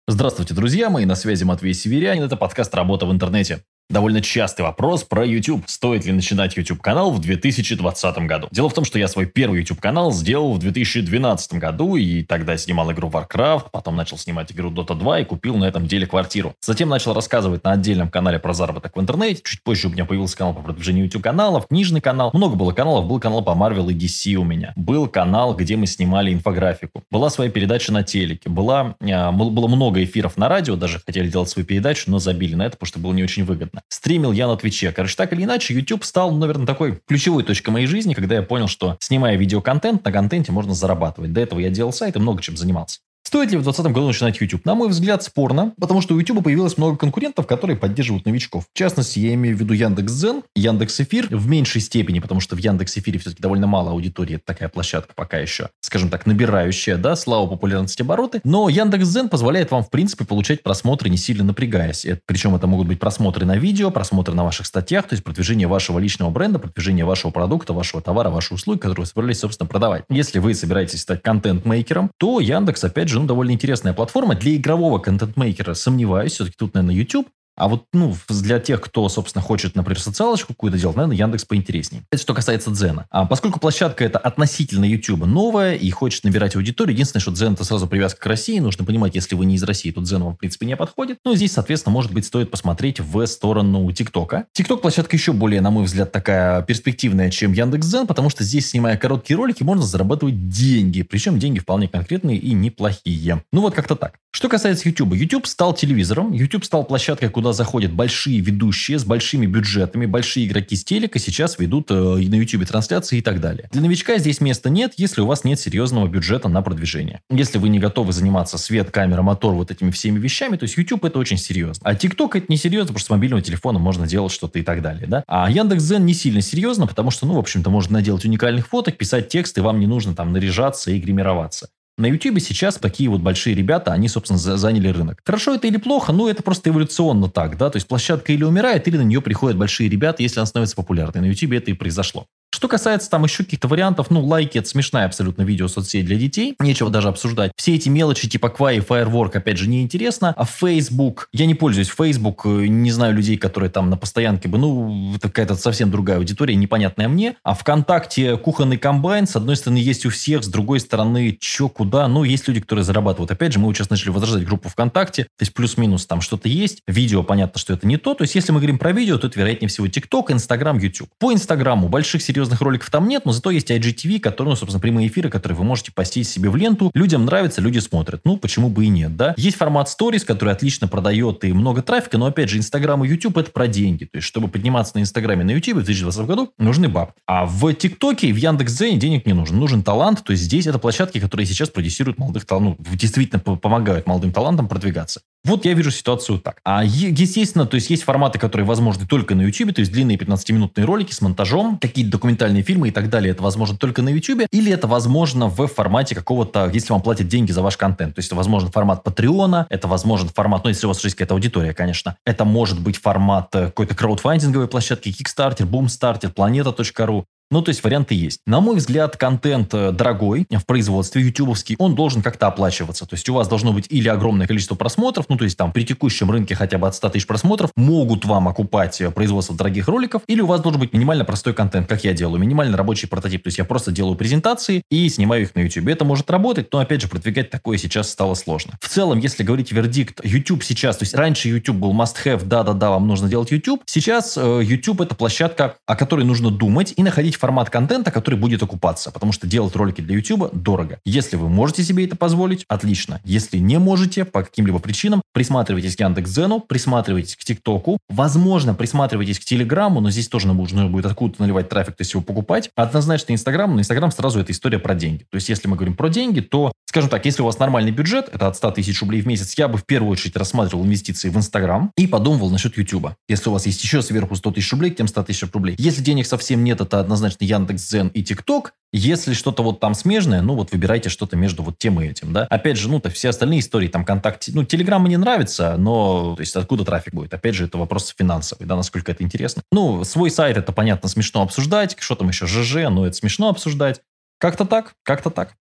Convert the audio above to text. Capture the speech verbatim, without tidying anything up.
Здравствуйте, друзья мои, на связи Матвей Северянин, это подкаст «Работа в интернете». Довольно частый вопрос про YouTube. Стоит ли начинать YouTube-канал в две тысячи двадцатом году? Дело в том, что я свой первый YouTube-канал сделал в две тысячи двенадцатом году, и тогда снимал игру Warcraft, потом начал снимать игру Дота два и купил на этом деле квартиру. Затем начал рассказывать на отдельном канале про заработок в интернете. Чуть позже у меня появился канал по продвижению YouTube-каналов, книжный канал. Много было каналов. Был канал по Marvel и ди си у меня. Был канал, где мы снимали инфографику. Была своя передача на телеке. Была, было много эфиров на радио. Даже хотели делать свою передачу, но забили на это, потому что было не очень выгодно. Стримил я на Твиче. Короче, так или иначе, YouTube стал, наверное, такой ключевой точкой моей жизни, когда я понял, что, снимая видеоконтент, на контенте можно зарабатывать. До этого я делал сайт и много чем занимался. Стоит ли в двадцатом году начинать YouTube? На мой взгляд, спорно, потому что у YouTube появилось много конкурентов, которые поддерживают новичков. В частности, я имею в виду Яндекс.Дзен, Яндекс.Эфир в меньшей степени, потому что в Яндекс.Эфире все-таки довольно мало аудитории. Это такая площадка пока еще, скажем так, набирающая, да, слава популярности обороты. Но Яндекс.Дзен позволяет вам, в принципе, получать просмотры, не сильно напрягаясь. Это, причем это могут быть просмотры на видео, просмотры на ваших статьях, то есть продвижение вашего личного бренда, продвижение вашего продукта, вашего товара, вашей услуги, которые вы собирались, собственно, продавать. Если вы собираетесь стать контент-мейкером, то Яндекс, опять же, ну, довольно интересная платформа. Для игрового контент-мейкера сомневаюсь. Все-таки тут, наверное, YouTube. А вот, ну, для тех, кто, собственно, хочет, например, социалочку какую-то делать, наверное, Яндекс поинтереснее. Это что касается Дзена. А поскольку площадка эта относительно YouTube новая и хочет набирать аудиторию, единственное, что Дзен это сразу привязка к России. Нужно понимать, если вы не из России, то Дзен вам, в принципе, не подходит. Ну, здесь, соответственно, может быть, стоит посмотреть в сторону ТикТока. ТикТок площадка еще более, на мой взгляд, такая перспективная, чем Яндекс.Дзен, потому что здесь, снимая короткие ролики, можно зарабатывать деньги. Причем деньги вполне конкретные и неплохие. Ну, вот как-то так. Что касается YouTube. YouTube стал телевизором. YouTube стал площадкой, куда заходят большие ведущие с большими бюджетами, большие игроки с телека сейчас ведут э, на YouTube трансляции и так далее. Для новичка здесь места нет, если у вас нет серьезного бюджета на продвижение. Если вы не готовы заниматься свет, камера, мотор, вот этими всеми вещами, то есть YouTube это очень серьезно. А TikTok это не серьезно, потому что с мобильного телефона можно делать что-то и так далее. Да? А Яндекс.Дзен не сильно серьезно, потому что, ну, в общем-то, можно наделать уникальных фоток, писать тексты, вам не нужно там наряжаться и гримироваться. На YouTube сейчас такие вот большие ребята, они, собственно, заняли рынок. Хорошо это или плохо? Ну, это просто эволюционно так, да. То есть площадка или умирает, или на нее приходят большие ребята, если она становится популярной. На YouTube это и произошло. Что касается там еще каких-то вариантов, ну, лайки – это смешная абсолютно видео соцсеть для детей. Нечего даже обсуждать. Все эти мелочи типа Квай и Firework, опять же, неинтересно. А Facebook, я не пользуюсь Facebook, не знаю людей, которые там на постоянке бы, ну, это какая-то совсем другая аудитория, непонятная мне. А ВКонтакте кухонный комбайн, с одной стороны, есть у всех, с другой стороны, че, куда, ну, есть люди, которые зарабатывают. Опять же, мы вот сейчас начали возрождать группу ВКонтакте, то есть плюс-минус там что-то есть. Видео, понятно, что это не то. То есть, если мы говорим про видео, то это, вероятнее всего, TikTok, Instagram, YouTube. По Инстаграму больших серьезных роликов там нет, но зато есть ай джи ти ви, которые, ну, собственно, прямые эфиры, которые вы можете постить себе в ленту. Людям нравится, люди смотрят. Ну, почему бы и нет, да? Есть формат Stories, который отлично продает и много трафика, но, опять же, Инстаграм и YouTube это про деньги. То есть, чтобы подниматься на Инстаграме и на YouTube в две тысячи двадцатом году, нужны бабки. А в ТикТоке и в Яндекс.Дзене денег не нужен. Нужен талант. То есть, здесь это площадки, которые сейчас продюсируют молодых талантов, ну, действительно помогают молодым талантам продвигаться. Вот я вижу ситуацию так. А естественно, то есть есть форматы, которые возможны только на YouTube, то есть длинные пятнадцатиминутные ролики с монтажом, какие-то документальные фильмы и так далее. Это возможно только на YouTube, или это возможно в формате какого-то, если вам платят деньги за ваш контент. То есть это возможен формат Патреона, это возможен формат, ну, если у вас есть какая-то аудитория, конечно. Это может быть формат какой-то краудфандинговой площадки, Kickstarter, Boomstarter, Planeta точка ру. Ну, то есть варианты есть. На мой взгляд, контент дорогой в производстве, ютубовский, он должен как-то оплачиваться. То есть у вас должно быть или огромное количество просмотров, ну, то есть там при текущем рынке хотя бы от ста тысяч просмотров могут вам окупать производство дорогих роликов, или у вас должен быть минимально простой контент, как я делаю, минимально рабочий прототип. То есть я просто делаю презентации и снимаю их на YouTube. Это может работать, но, опять же, продвигать такое сейчас стало сложно. В целом, если говорить вердикт, YouTube сейчас, то есть раньше YouTube был must-have, да-да-да, вам нужно делать YouTube. Сейчас э, YouTube это площадка, о которой нужно думать и находить формат контента, который будет окупаться, потому что делать ролики для YouTube дорого. Если вы можете себе это позволить, отлично. Если не можете, по каким-либо причинам, присматривайтесь к Яндекс.Дзену, присматривайтесь к ТикТоку, возможно, присматривайтесь к Телеграму, но здесь тоже нужно будет откуда-то наливать трафик, то есть его покупать. Однозначно Инстаграм, но Инстаграм сразу это история про деньги. То есть, если мы говорим про деньги, то, скажем так, если у вас нормальный бюджет, это от ста тысяч рублей в месяц, я бы в первую очередь рассматривал инвестиции в Инстаграм и подумывал насчет YouTube. Если у вас есть еще сверху сто тысяч рублей, к тем ста тысяч рублей. Если денег совсем нет, это однозначно Яндекс.Дзен и ТикТок. Если что-то вот там смежное, ну вот выбирайте что-то между вот тем и этим, да. Опять же, ну, то все остальные истории, там, ВКонтакте, ну, Телеграм мне нравится, но, то есть, откуда трафик будет? Опять же, это вопрос финансовый, да, насколько это интересно. Ну, свой сайт, это, понятно, смешно обсуждать, что там еще, ЖЖ, ну, это смешно обсуждать. Как-то так, как-то так.